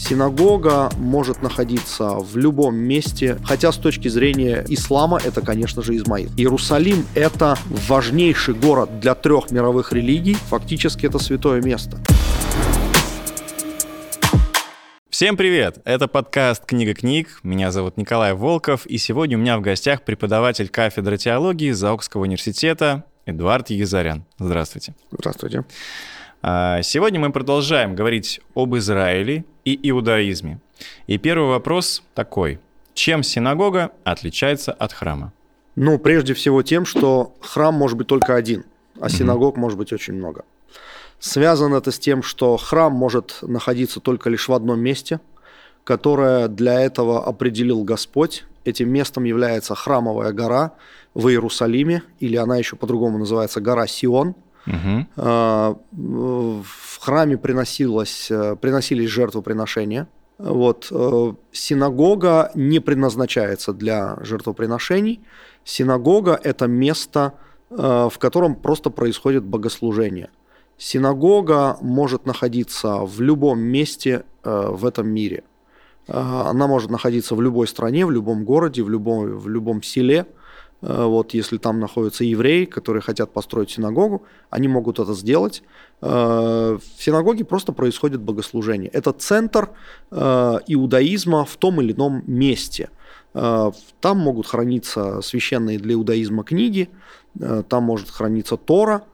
Синагога может находиться в любом месте, хотя с точки зрения ислама это, конечно же, Измаил. Иерусалим – это важнейший город для 3 мировых религий, фактически это святое место. Всем привет! Это подкаст «Книга книг». Меня зовут Николай Волков, и сегодня у меня в гостях преподаватель кафедры теологии Заокского университета Эдуард Егизарян. Здравствуйте. Здравствуйте. Сегодня мы продолжаем говорить об Израиле и иудаизме. И первый вопрос такой. Чем синагога отличается от храма? Прежде всего тем, что храм может быть только один, а синагог может быть очень много. Связано это с тем, что храм может находиться только лишь в одном месте, которое для этого определил Господь. Этим местом является храмовая гора в Иерусалиме, или она еще по-другому называется гора Сион. В храме приносились жертвоприношения. Синагога не предназначается для жертвоприношений. Синагога – это место, в котором просто происходит богослужение. Синагога может находиться в любом месте в этом мире. Она может находиться в любой стране, в любом городе, в любом селе. Если там находятся евреи, которые хотят построить синагогу, они могут это сделать. В синагоге просто происходит богослужение. Это центр иудаизма в том или ином месте. Там могут храниться священные для иудаизма книги, там может храниться Тора,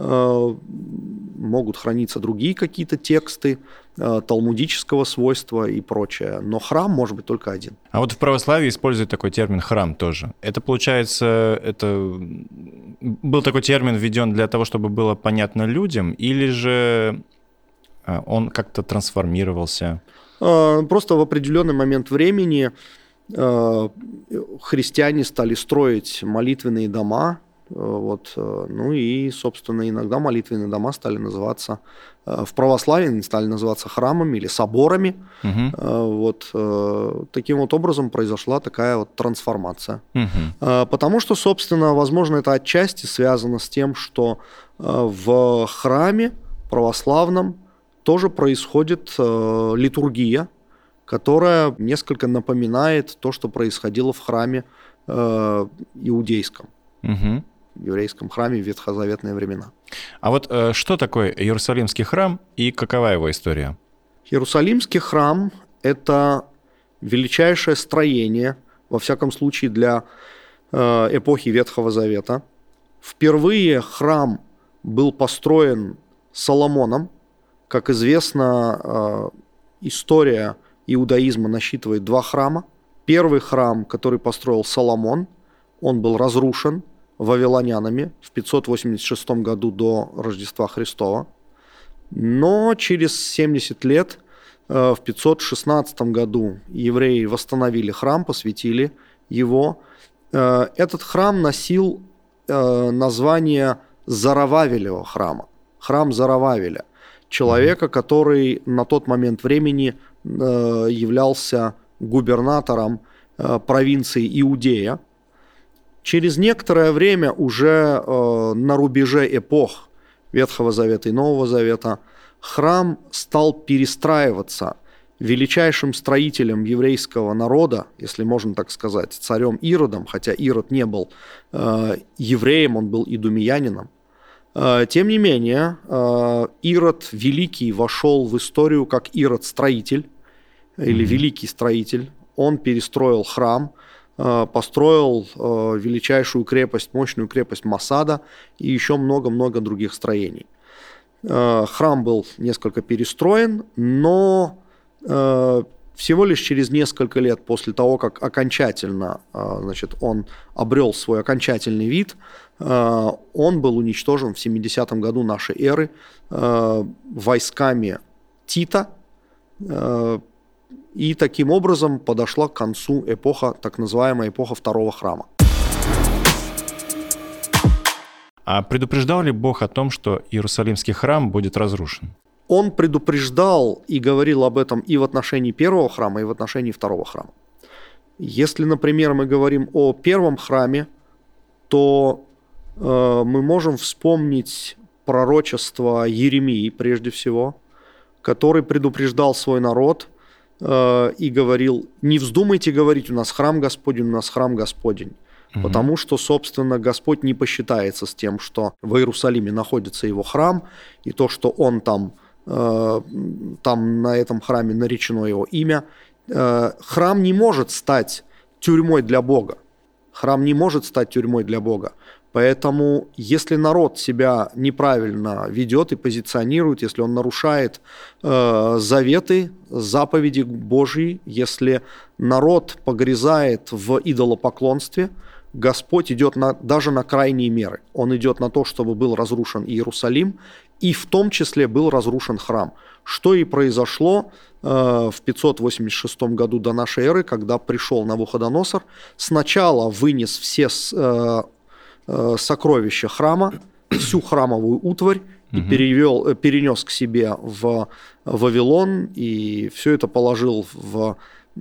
могут храниться другие какие-то тексты талмудического свойства и прочее. Но храм может быть только один. А вот в православии используют такой термин «храм» тоже. Это, получается, был такой термин введен для того, чтобы было понятно людям, или же он как-то трансформировался? Просто в определенный момент времени христиане стали строить молитвенные дома, и, собственно, иногда молитвенные дома стали называться, в православии стали называться храмами или соборами. Таким образом произошла такая трансформация. Потому что, собственно, возможно, это отчасти связано с тем, что в храме православном тоже происходит литургия, которая несколько напоминает то, что происходило в храме иудейском. В еврейском храме в ветхозаветные времена. А вот что такое Иерусалимский храм и какова его история? Иерусалимский храм – это величайшее строение, во всяком случае для эпохи Ветхого Завета. Впервые храм был построен Соломоном. Как известно, история иудаизма насчитывает 2 храма. Первый храм, который построил Соломон, он был разрушен вавилонянами в 586 году до Рождества Христова. Но через 70 лет, в 516 году, евреи восстановили храм, посвятили его. Этот храм носил название Зарававелева храма, храм Зарававеля, человека, который на тот момент времени являлся губернатором провинции Иудея. Через некоторое время уже на рубеже эпох Ветхого Завета и Нового Завета храм стал перестраиваться величайшим строителем еврейского народа, если можно так сказать, царем Иродом, хотя Ирод не был евреем, он был идумеянином. Тем не менее, Ирод Великий вошел в историю как Ирод-строитель или Великий строитель. Он перестроил храм, построил величайшую крепость, мощную крепость Масада и еще много-много других строений. Храм был несколько перестроен, но всего лишь через несколько лет после того, как окончательно он обрел свой окончательный вид, он был уничтожен в 70-м году нашей эры войсками Тита. И таким образом подошла к концу эпоха, так называемая эпоха Второго храма. А предупреждал ли Бог о том, что Иерусалимский храм будет разрушен? Он предупреждал и говорил об этом и в отношении первого храма, и в отношении второго храма. Если, например, мы говорим о первом храме, то мы можем вспомнить пророчество Иеремии, прежде всего, который предупреждал свой народ и говорил: не вздумайте говорить, у нас храм Господень, у нас храм Господень. Потому что, собственно, Господь не посчитается с тем, что в Иерусалиме находится его храм, и то, что он там на этом храме наречено его имя. Храм не может стать тюрьмой для Бога. Храм не может стать тюрьмой для Бога. Поэтому, если народ себя неправильно ведет и позиционирует, если он нарушает заветы, заповеди Божьи, если народ погрязает в идолопоклонстве, Господь идет даже на крайние меры. Он идет на то, чтобы был разрушен Иерусалим, и в том числе был разрушен храм. Что и произошло в 586 году до нашей эры, когда пришел Навуходоносор. Сначала вынес все сокровища храма, всю храмовую утварь, и перенес к себе в Вавилон, и все это положил в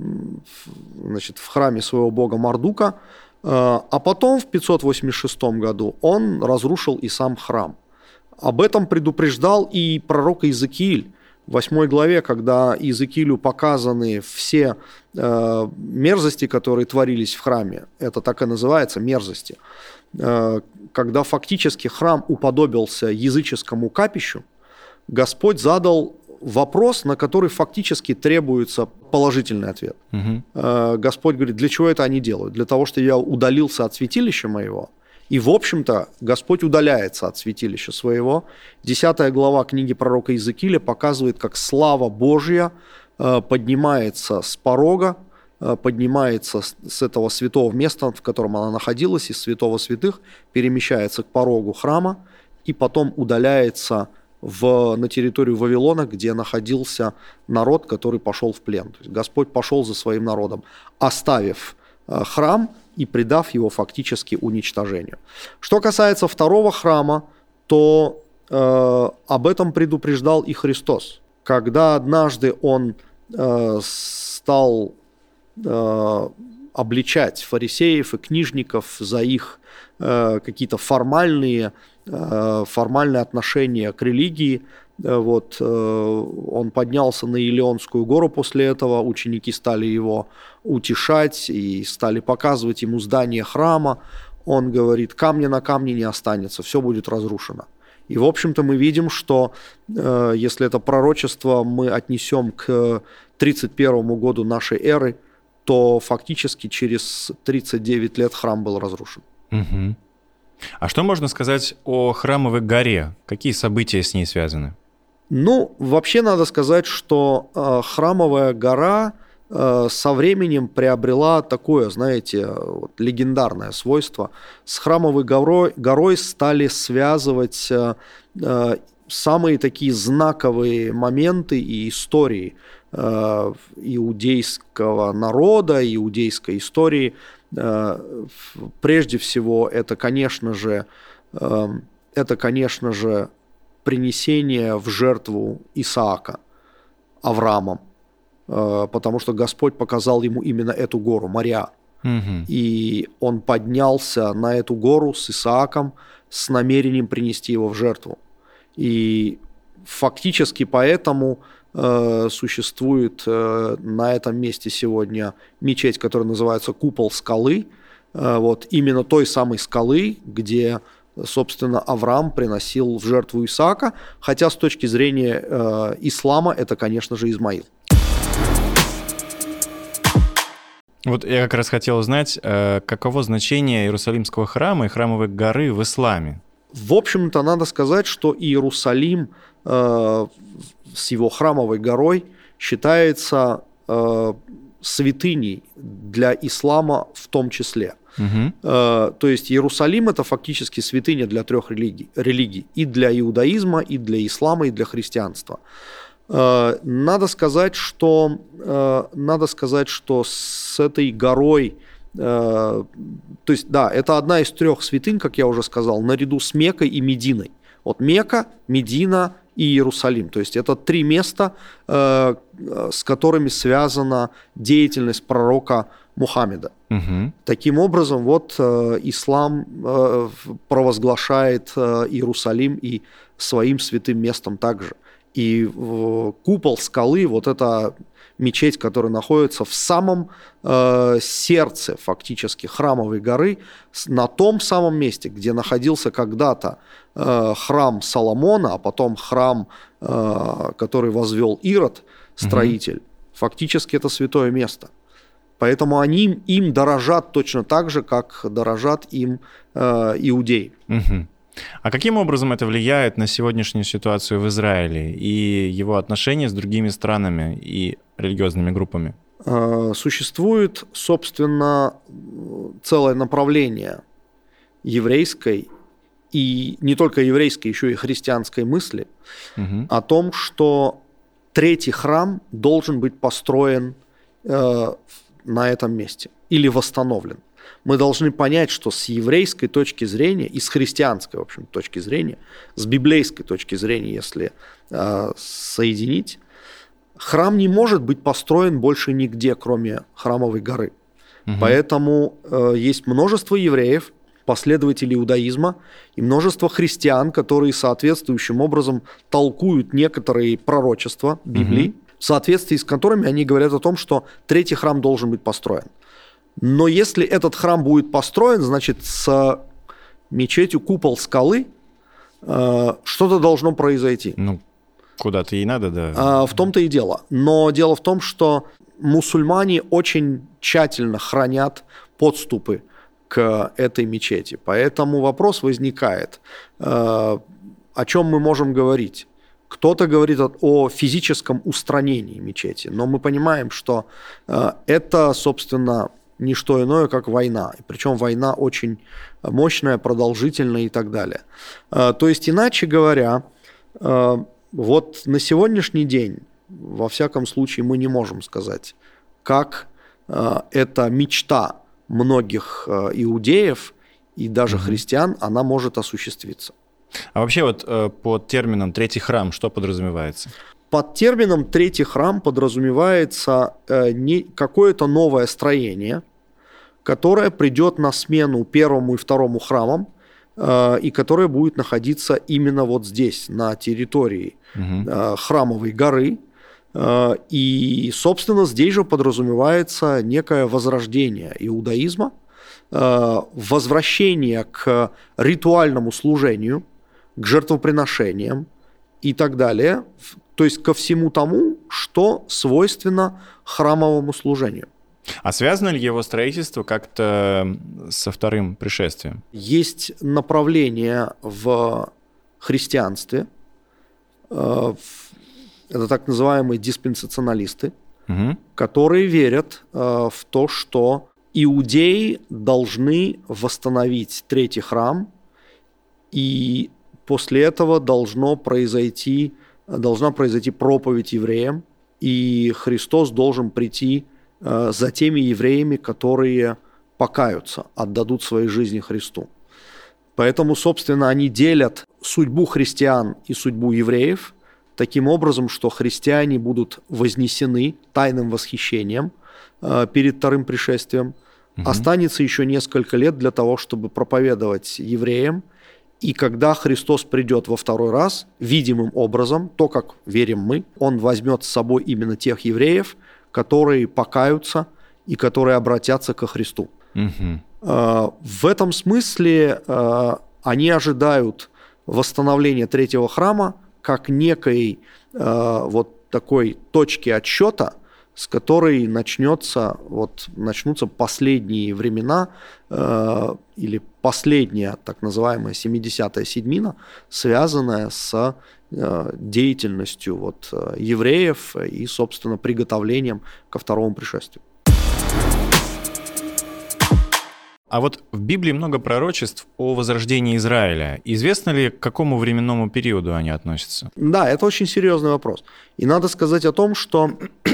храме своего бога Мардука. А потом в 586 году он разрушил и сам храм. Об этом предупреждал и пророк Иезекииль в 8 главе, когда Иезекиилю показаны все мерзости, которые творились в храме. Это так и называется, мерзости. Когда фактически храм уподобился языческому капищу, Господь задал вопрос, на который фактически требуется положительный ответ. Господь говорит: для чего это они делают? Для того, что я удалился от святилища моего. И, в общем-то, Господь удаляется от святилища своего. 10 глава книги пророка Иезекииля показывает, как слава Божья поднимается с порога, поднимается с этого святого места, в котором она находилась, из святого святых, перемещается к порогу храма и потом удаляется на территорию Вавилона, где находился народ, который пошел в плен. То есть Господь пошел за своим народом, оставив храм и предав его фактически уничтожению. Что касается второго храма, то об этом предупреждал и Христос. Когда однажды он стал обличать фарисеев и книжников за их какие-то формальные отношения к религии. Он поднялся на Илионскую гору после этого, ученики стали его утешать и стали показывать ему здание храма. Он говорит: камня на камне не останется, все будет разрушено. И, в общем-то, мы видим, что если это пророчество мы отнесем к 31 году нашей эры, то фактически через 39 лет храм был разрушен. Угу. А что можно сказать о Храмовой горе? Какие события с ней связаны? Вообще надо сказать, что Храмовая гора со временем приобрела такое, легендарное свойство. С Храмовой горой стали связывать самые такие знаковые моменты и истории иудейского народа, иудейской истории. Прежде всего, это, конечно же, принесение в жертву Исаака Авраамом, потому что Господь показал ему именно эту гору, Мориа. Угу. И он поднялся на эту гору с Исааком с намерением принести его в жертву. И фактически поэтому существует на этом месте сегодня мечеть, которая называется Купол скалы. Именно той самой скалы, где, собственно, Авраам приносил в жертву Исаака, хотя с точки зрения ислама это, конечно же, Измаил. Я как раз хотел узнать, каково значение Иерусалимского храма и Храмовой горы в исламе? В общем-то, надо сказать, что Иерусалим с его Храмовой горой считается святыней для ислама в том числе. Угу. То есть Иерусалим – это фактически святыня для 3 религий. И для иудаизма, и для ислама, и для христианства. Надо сказать, что с этой горой, то есть, да, это одна из 3 святынь, как я уже сказал, наряду с Меккой и Мединой. Мекка, Медина и Иерусалим. То есть это 3 места, с которыми связана деятельность пророка Мухаммеда. Угу. Таким образом, ислам провозглашает Иерусалим и своим святым местом также. И купол скалы, это мечеть, которая находится в самом сердце фактически Храмовой горы, на том самом месте, где находился когда-то храм Соломона, а потом храм, который возвел Ирод, строитель. Фактически это святое место. Поэтому они им дорожат точно так же, как дорожат им иудеи. А каким образом это влияет на сегодняшнюю ситуацию в Израиле и его отношения с другими странами и религиозными группами? Существует, собственно, целое направление еврейской, и не только еврейской, еще и христианской мысли о том, что третий храм должен быть построен на этом месте или восстановлен. Мы должны понять, что с еврейской точки зрения и с христианской, в общем, точки зрения, с библейской точки зрения, если соединить, храм не может быть построен больше нигде, кроме Храмовой горы. Поэтому есть множество евреев, последователей иудаизма, и множество христиан, которые соответствующим образом толкуют некоторые пророчества Библии, в соответствии с которыми они говорят о том, что третий храм должен быть построен. Но если этот храм будет построен, значит, с мечетью Купол Скалы что-то должно произойти. Ну, куда-то ей надо, да. В том-то и дело. Но дело в том, что мусульмане очень тщательно хранят подступы к этой мечети. Поэтому вопрос возникает, о чем мы можем говорить. Кто-то говорит о физическом устранении мечети, но мы понимаем, что это, собственно, не что иное, как война. Причем война очень мощная, продолжительная и так далее. То есть, иначе говоря, вот на сегодняшний день, во всяком случае, мы не можем сказать, как эта мечта многих иудеев и даже христиан, она может осуществиться. А вообще вот под термином «третий храм» что подразумевается? Под термином «третий храм» подразумевается какое-то новое строение, которое придет на смену первому и второму храмам, и которое будет находиться именно вот здесь, на территории Храмовой горы. И, собственно, здесь же подразумевается некое возрождение иудаизма, возвращение к ритуальному служению, к жертвоприношениям и так далее, то есть ко всему тому, что свойственно храмовому служению. А связано ли его строительство как-то со вторым пришествием? Есть направление в христианстве, это так называемые диспенсационалисты, которые верят в то, что иудеи должны восстановить третий храм, и после этого должна произойти проповедь евреям, и Христос должен прийти за теми евреями, которые покаются, отдадут свои жизни Христу. Поэтому, собственно, они делят судьбу христиан и судьбу евреев таким образом, что христиане будут вознесены тайным восхищением перед вторым пришествием. Останется еще несколько лет для того, чтобы проповедовать евреям. И когда Христос придет во второй раз, видимым образом, то, как верим мы, Он возьмет с собой именно тех евреев, которые покаются и которые обратятся ко Христу. В этом смысле они ожидают восстановления третьего храма как некой вот такой точки отсчета, с которой начнутся последние времена или последняя так называемая 70-я седьмина, связанная с деятельностью евреев и, собственно, приготовлением ко второму пришествию. А вот в Библии много пророчеств о возрождении Израиля. Известно ли, к какому временному периоду они относятся? Да, это очень серьезный вопрос. И надо сказать о том, что,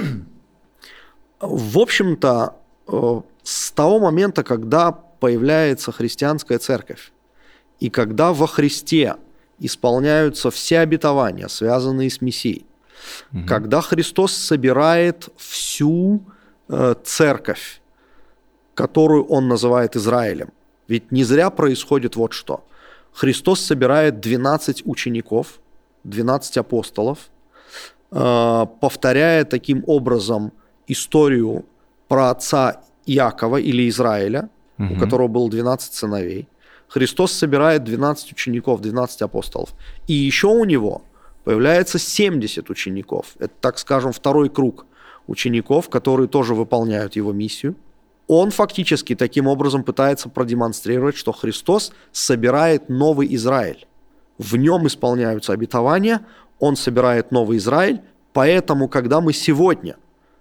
в общем-то, с того момента, когда появляется христианская церковь, и когда во Христе исполняются все обетования, связанные с Мессией, когда Христос собирает всю церковь, которую Он называет Израилем. Ведь не зря происходит вот что. Христос собирает 12 учеников, 12 апостолов, повторяя таким образом историю про отца Иакова или Израиля, у которого было 12 сыновей. Христос собирает 12 учеников, 12 апостолов. И еще у него появляется 70 учеников. Это, так скажем, второй круг учеников, которые тоже выполняют его миссию. Он фактически таким образом пытается продемонстрировать, что Христос собирает новый Израиль. В нем исполняются обетования, он собирает новый Израиль. Поэтому, когда мы сегодня,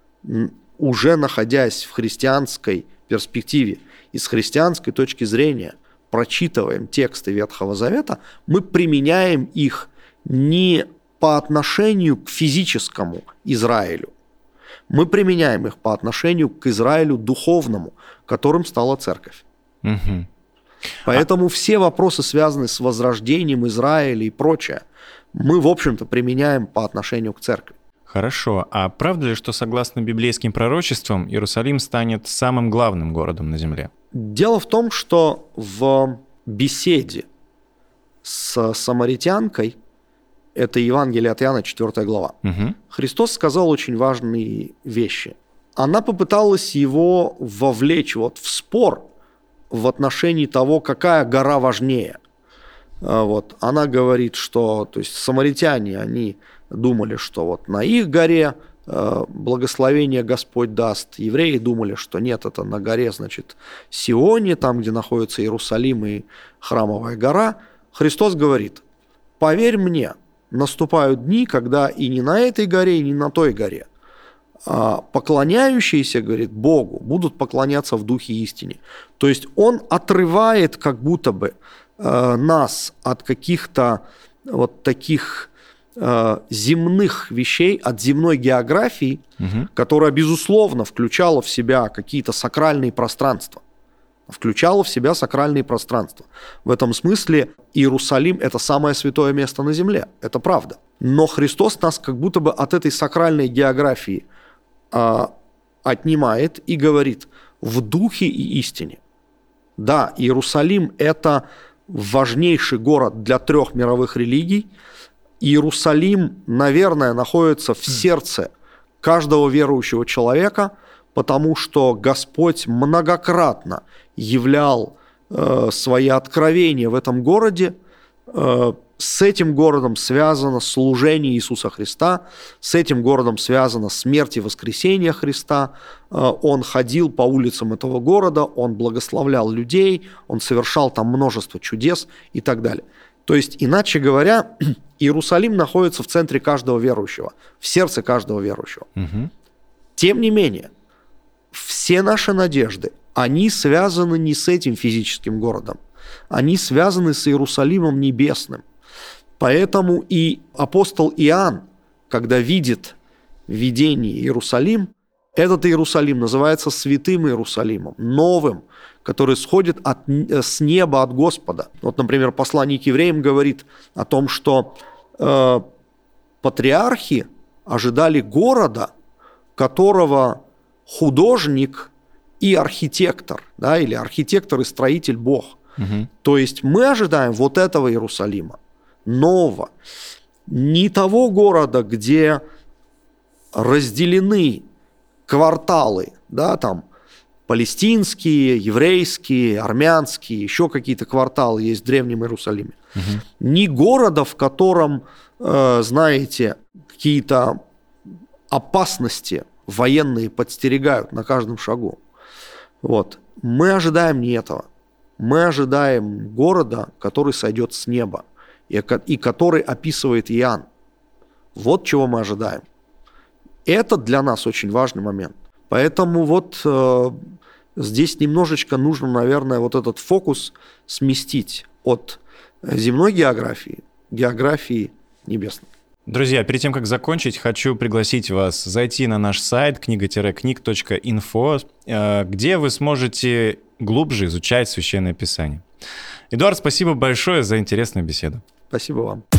уже находясь в христианской перспективе и с христианской точки зрения, прочитываем тексты Ветхого Завета, мы применяем их не по отношению к физическому Израилю, мы применяем их по отношению к Израилю духовному, которым стала церковь. Угу. Поэтому все вопросы, связанные с возрождением Израиля и прочее, мы, в общем-то, применяем по отношению к церкви. Хорошо. А правда ли, что, согласно библейским пророчествам, Иерусалим станет самым главным городом на земле? Дело в том, что в беседе с самаритянкой, это Евангелие от Иоанна, 4 глава, Христос сказал очень важные вещи. Она попыталась его вовлечь в спор в отношении того, какая гора важнее. Она говорит, что самаритяне, они думали, что на их горе благословение Господь даст. Евреи думали, что нет, это на горе, Сионе, там, где находится Иерусалим и Храмовая гора. Христос говорит: поверь мне, наступают дни, когда и не на этой горе, и не на той горе поклоняющиеся, говорит, Богу будут поклоняться в духе истине. То есть он отрывает как будто бы нас от каких-то таких земных вещей, от земной географии, которая, безусловно, включала в себя какие-то сакральные пространства. Включала в себя сакральные пространства. В этом смысле Иерусалим – это самое святое место на земле. Это правда. Но Христос нас как будто бы от этой сакральной географии отнимает и говорит в духе и истине. Да, Иерусалим – это важнейший город для 3 мировых религий. Иерусалим, наверное, находится в сердце каждого верующего человека, потому что Господь многократно являл свои откровения в этом городе. С этим городом связано служение Иисуса Христа, с этим городом связана смерть и воскресение Христа. Он ходил по улицам этого города, он благословлял людей, он совершал там множество чудес и так далее. То есть, иначе говоря, Иерусалим находится в центре каждого верующего, в сердце каждого верующего. Тем не менее, все наши надежды, они связаны не с этим физическим городом, они связаны с Иерусалимом небесным. Поэтому и апостол Иоанн, когда видит видение Иерусалим, этот Иерусалим называется Святым Иерусалимом, новым, который сходит с неба от Господа. Например, послание к евреям говорит о том, что патриархи ожидали города, которого художник и архитектор, или архитектор и строитель Бог. То есть мы ожидаем вот этого Иерусалима, нового, не того города, где разделены кварталы, там палестинские, еврейские, армянские, еще какие-то кварталы есть в Древнем Иерусалиме. Не города, в котором, знаете, какие-то опасности военные подстерегают на каждом шагу. Мы ожидаем не этого. Мы ожидаем города, который сойдет с неба и который описывает Иоанн. Вот чего мы ожидаем. Это для нас очень важный момент. Поэтому здесь немножечко нужно, наверное, этот фокус сместить от земной географии к географии небесной. Друзья, перед тем, как закончить, хочу пригласить вас зайти на наш сайт книга-книг.инфо, где вы сможете глубже изучать Священное Писание. Эдуард, спасибо большое за интересную беседу. Спасибо вам.